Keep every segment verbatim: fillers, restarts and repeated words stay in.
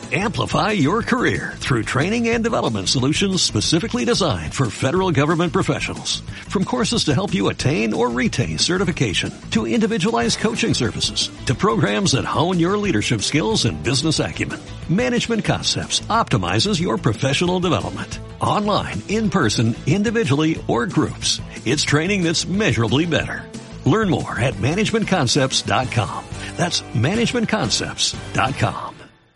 Amplify your career through training and development solutions specifically designed for federal government professionals. From courses to help you attain or retain certification, to individualized coaching services, to programs that hone your leadership skills and business acumen, Management Concepts optimizes your professional development. Online, in person, individually, or groups, it's training that's measurably better. Learn more at management concepts dot com. That's management concepts dot com.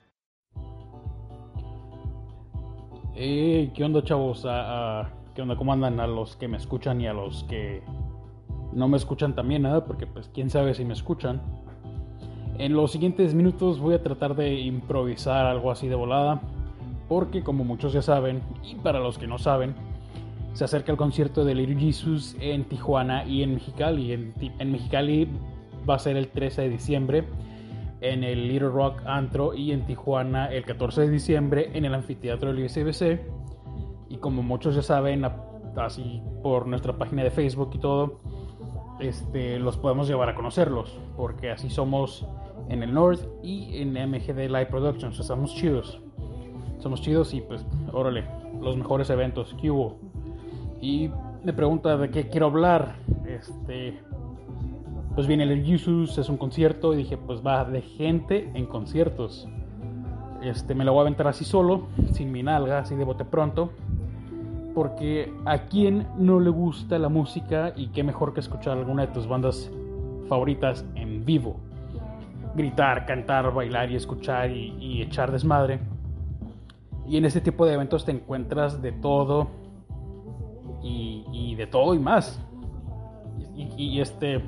Hey, ¿qué onda, chavos? Uh, uh, ¿Qué onda? ¿Cómo andan? A los que me escuchan y a los que no me escuchan también, nada, ¿eh? Porque pues quién sabe si me escuchan. En los siguientes minutos voy a tratar de improvisar algo así de volada, porque como muchos ya saben, y para los que no saben, se acerca el concierto de Little Jesus en Tijuana y en Mexicali. En, en Mexicali va a ser el trece de diciembre, en el Little Rock Antro, y en Tijuana el catorce de diciembre en el anfiteatro del U S B C. Y como muchos ya saben, así por nuestra página de Facebook y todo, este, los podemos llevar a conocerlos, porque así somos en el North y en M G D Live Productions. Estamos chidos, somos chidos y pues órale, los mejores eventos que hubo. Y me pregunta de qué quiero hablar. Este, pues viene el Jesus, es un concierto, y dije, pues va de gente en conciertos. Este, me lo voy a aventar así solo, sin mi nalga, así de bote pronto, porque a quién no le gusta la música, y qué mejor que escuchar alguna de tus bandas favoritas en vivo. Gritar, cantar, bailar y escuchar y, y echar desmadre. Y en este tipo de eventos te encuentras de todo y, y de todo y más. Y, y, y este...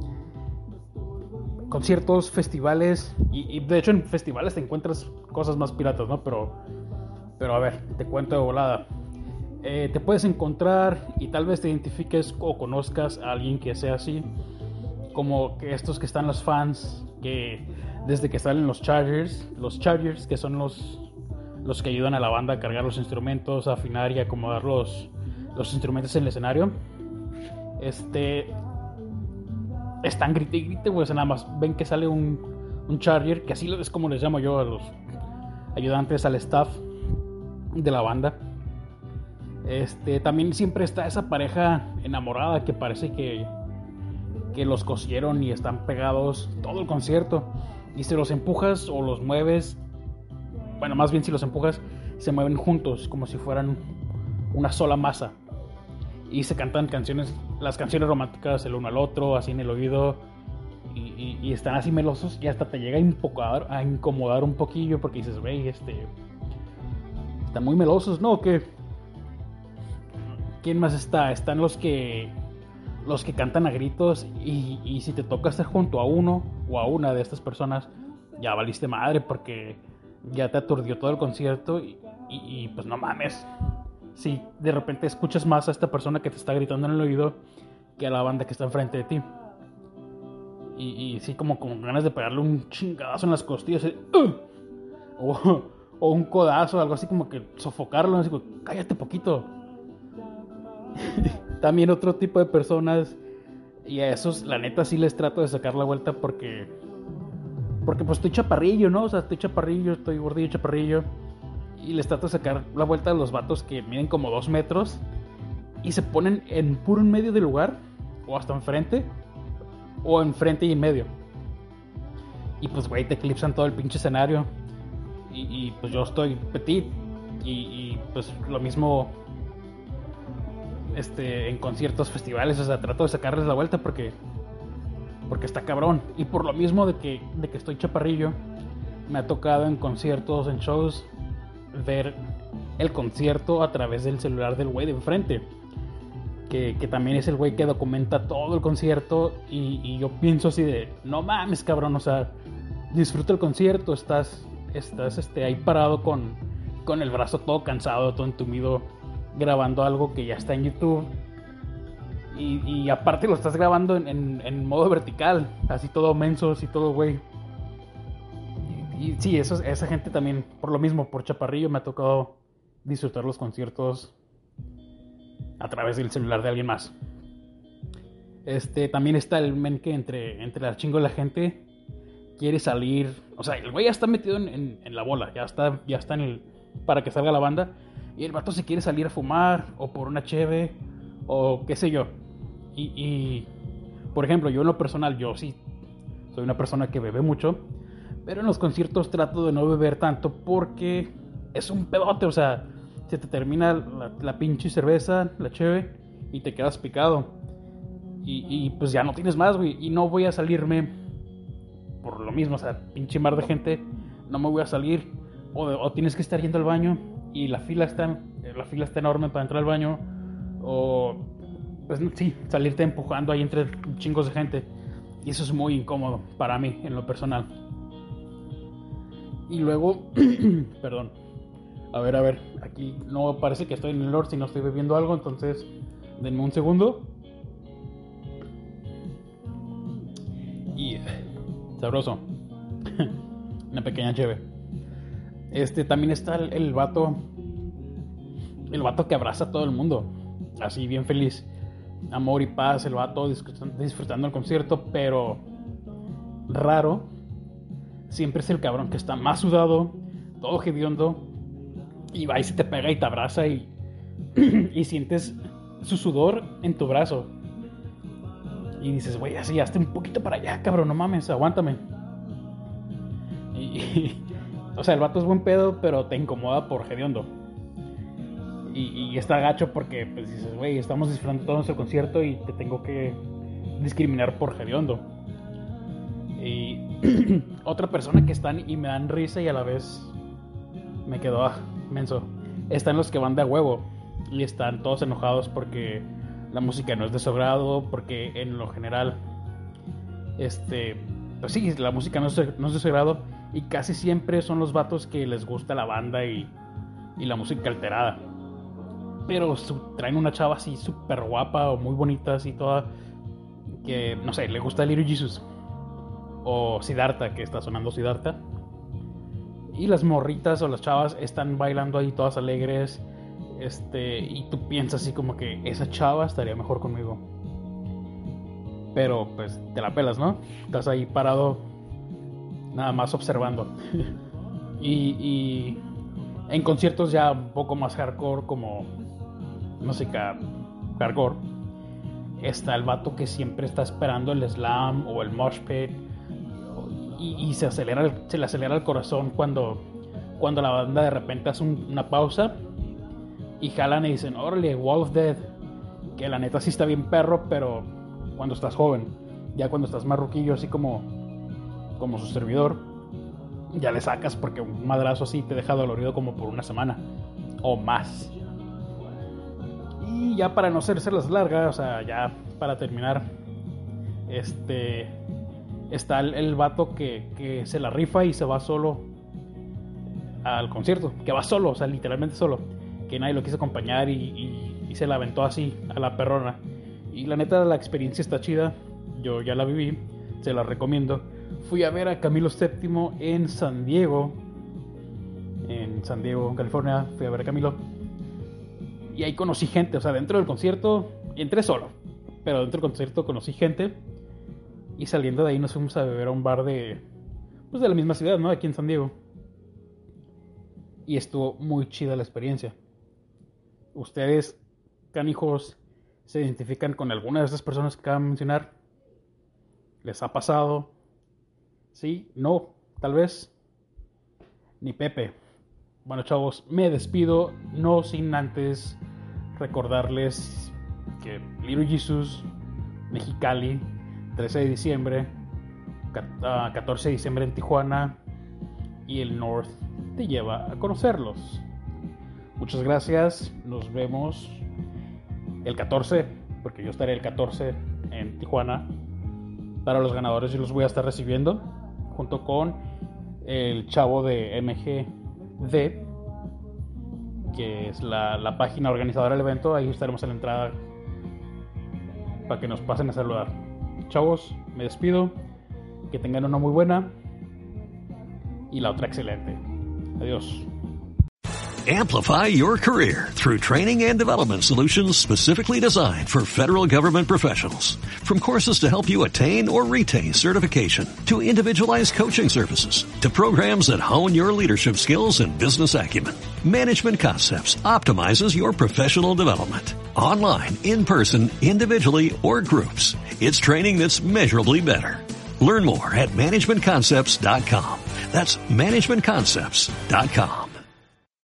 conciertos, festivales, y, y de hecho en festivales te encuentras cosas más piratas, ¿no? Pero, pero a ver, te cuento de volada. Eh, te puedes encontrar y tal vez te identifiques o conozcas a alguien que sea así, como que estos que están los fans, que desde que salen los Chargers, los Chargers que son los, los que ayudan a la banda a cargar los instrumentos, a afinar y a acomodar los, los instrumentos en el escenario. Este... Están grite y grite, güey. O sea, nada más ven que sale un, un Charger, que así es como les llamo yo a los ayudantes, al staff de la banda. Este, también siempre está esa pareja enamorada que parece que, que los cosieron y están pegados todo el concierto. Y si los empujas o los mueves, bueno, más bien si los empujas, se mueven juntos, como si fueran una sola masa. Y se cantan canciones, las canciones románticas el uno al otro, así en el oído. Y, y, y están así melosos, y hasta te llega a incomodar, a incomodar un poquillo, porque dices, güey, este... están muy melosos, ¿no? ¿Qué? ¿Quién más está? Están los que... los que cantan a gritos, y, y si te toca estar junto a uno o a una de estas personas, ya valiste madre, porque ya te aturdió todo el concierto, y, y, y pues no mames. Si de repente escuchas más a esta persona que te está gritando en el oído que a la banda que está enfrente de ti. Y, y sí, como con ganas de pegarle un chingadazo en las costillas. ¿Eh? ¡Uh! O, o un codazo, algo así, como que sofocarlo. Así como, cállate poquito. También otro tipo de personas, y a esos la neta sí les trato de sacar la vuelta, porque Porque pues estoy chaparrillo, ¿no? O sea, estoy chaparrillo, estoy gordillo, chaparrillo. Y les trato de sacar la vuelta a los vatos que miden como dos metros y se ponen en puro en medio del lugar, o hasta enfrente, o enfrente y en medio. Y pues, güey, te eclipsan todo el pinche escenario. Y, y pues yo estoy petit. Y, y pues lo mismo este, en conciertos, festivales. O sea, trato de sacarles la vuelta porque porque está cabrón. Y por lo mismo de que, de que estoy chaparrillo, me ha tocado en conciertos, en shows, ver el concierto a través del celular del güey de enfrente, que, que también es el güey que documenta todo el concierto. Y, y yo pienso así de, no mames, cabrón, o sea, disfruta el concierto, estás, estás este, ahí parado con, con el brazo todo cansado, todo entumido, grabando algo que ya está en YouTube. Y, y aparte lo estás grabando en, en, en modo vertical, así todo menso, así todo güey. Y, y sí, eso, esa gente también, por lo mismo, por chaparrillo, me ha tocado disfrutar los conciertos a través del celular de alguien más. Este, también está el men que entre, entre la chingo de la gente quiere salir. O sea, el güey ya está metido en, en, en la bola, ya está, ya está en el... para que salga la banda. Y el vato se quiere salir a fumar, o por una cheve, o qué sé yo. Y, y, por ejemplo, yo en lo personal, yo sí soy una persona que bebe mucho, pero en los conciertos trato de no beber tanto porque es un pedote, o sea, se te termina la, la pinche cerveza, la cheve, y te quedas picado. Y, y pues ya no tienes más, güey. Y no voy a salirme por lo mismo, o sea, pinche mar de gente, no me voy a salir. O, o tienes que estar yendo al baño y la fila está, la fila está enorme para entrar al baño. O, pues sí, salirte empujando ahí entre chingos de gente. Y eso es muy incómodo para mí, en lo personal. Y luego, perdón. A ver, a ver, aquí no parece que estoy en el Lord si no estoy bebiendo algo, entonces denme un segundo. Y sabroso. Una pequeña cheve. Este también está el, el vato. El vato que abraza a todo el mundo. Así bien feliz. Amor y paz, el vato disfrutando, disfrutando el concierto, pero raro. Siempre es el cabrón que está más sudado, todo hediondo, y va y se te pega y te abraza y, y sientes su sudor en tu brazo. Y dices, güey, así, hazte un poquito para allá, cabrón, no mames, aguántame. Y, y, o sea, el vato es buen pedo, pero te incomoda por hediondo. Y, y está gacho porque, pues dices, güey, estamos disfrutando todo nuestro concierto y te tengo que discriminar por hediondo. Y otra persona que están y me dan risa y a la vez me quedo, ah, menso. Están los que van de a huevo y están todos enojados porque la música no es de su agrado, porque en lo general, este, pues sí, la música no es, no es de su agrado, y casi siempre son los vatos que les gusta la banda y, y la música alterada. Pero su, traen una chava así súper guapa o muy bonita, así toda, que, no sé, le gusta Little Jesus. O Siddhartha, que está sonando Siddhartha. Y las morritas o las chavas están bailando ahí todas alegres. Este, y tú piensas así como que esa chava estaría mejor conmigo. Pero pues te la pelas, ¿no? Estás ahí parado, nada más observando. y, y en conciertos ya un poco más hardcore, como música hardcore, está el vato que siempre está esperando el slam o el mosh pit. Y, y se acelera el, se le acelera el corazón cuando, cuando la banda de repente hace un, una pausa y jalan y dicen, órale, Wall of Death, que la neta sí está bien perro, pero cuando estás joven. Ya cuando estás más ruquillo, así como como su servidor, ya le sacas porque un madrazo así te deja dolorido como por una semana o más. Y ya para no hacérselas largas, o sea, ya para terminar, este... está el, el vato que, que se la rifa y se va solo al concierto. Que va solo, o sea, literalmente solo. Que nadie lo quiso acompañar y, y, y se la aventó así a la perrona. Y la neta, la experiencia está chida. Yo ya la viví, se la recomiendo. Fui a ver a Camilo séptimo en San Diego. En San Diego, California. Fui a ver a Camilo. Y ahí conocí gente, o sea, dentro del concierto entré solo. Pero dentro del concierto conocí gente. Y saliendo de ahí nos fuimos a beber a un bar de, pues de la misma ciudad, ¿no? Aquí en San Diego. Y estuvo muy chida la experiencia. ¿Ustedes, canijos, se identifican con alguna de estas personas que acabo de mencionar? ¿Les ha pasado? ¿Sí? ¿No? ¿Tal vez? Ni Pepe. Bueno, chavos, me despido, no sin antes recordarles que Little Jesus, Mexicali, trece de diciembre, catorce de diciembre en Tijuana, y el North te lleva a conocerlos. Muchas gracias, nos vemos el catorce, porque yo estaré el catorce en Tijuana. Para los ganadores yo los voy a estar recibiendo junto con el chavo de M G D, que es la, la página organizadora del evento. Ahí estaremos en la entrada para que nos pasen a saludar. Chavos, me despido, que tengan una muy buena y la otra excelente. Adiós. Amplify your career through training and development solutions specifically designed for federal government professionals. From courses to help you attain or retain certification, to individualized coaching services, to programs that hone your leadership skills and business acumen, Management Concepts optimizes your professional development. Online, in person, individually, or groups, it's training that's measurably better. Learn more at management concepts dot com. That's management concepts dot com.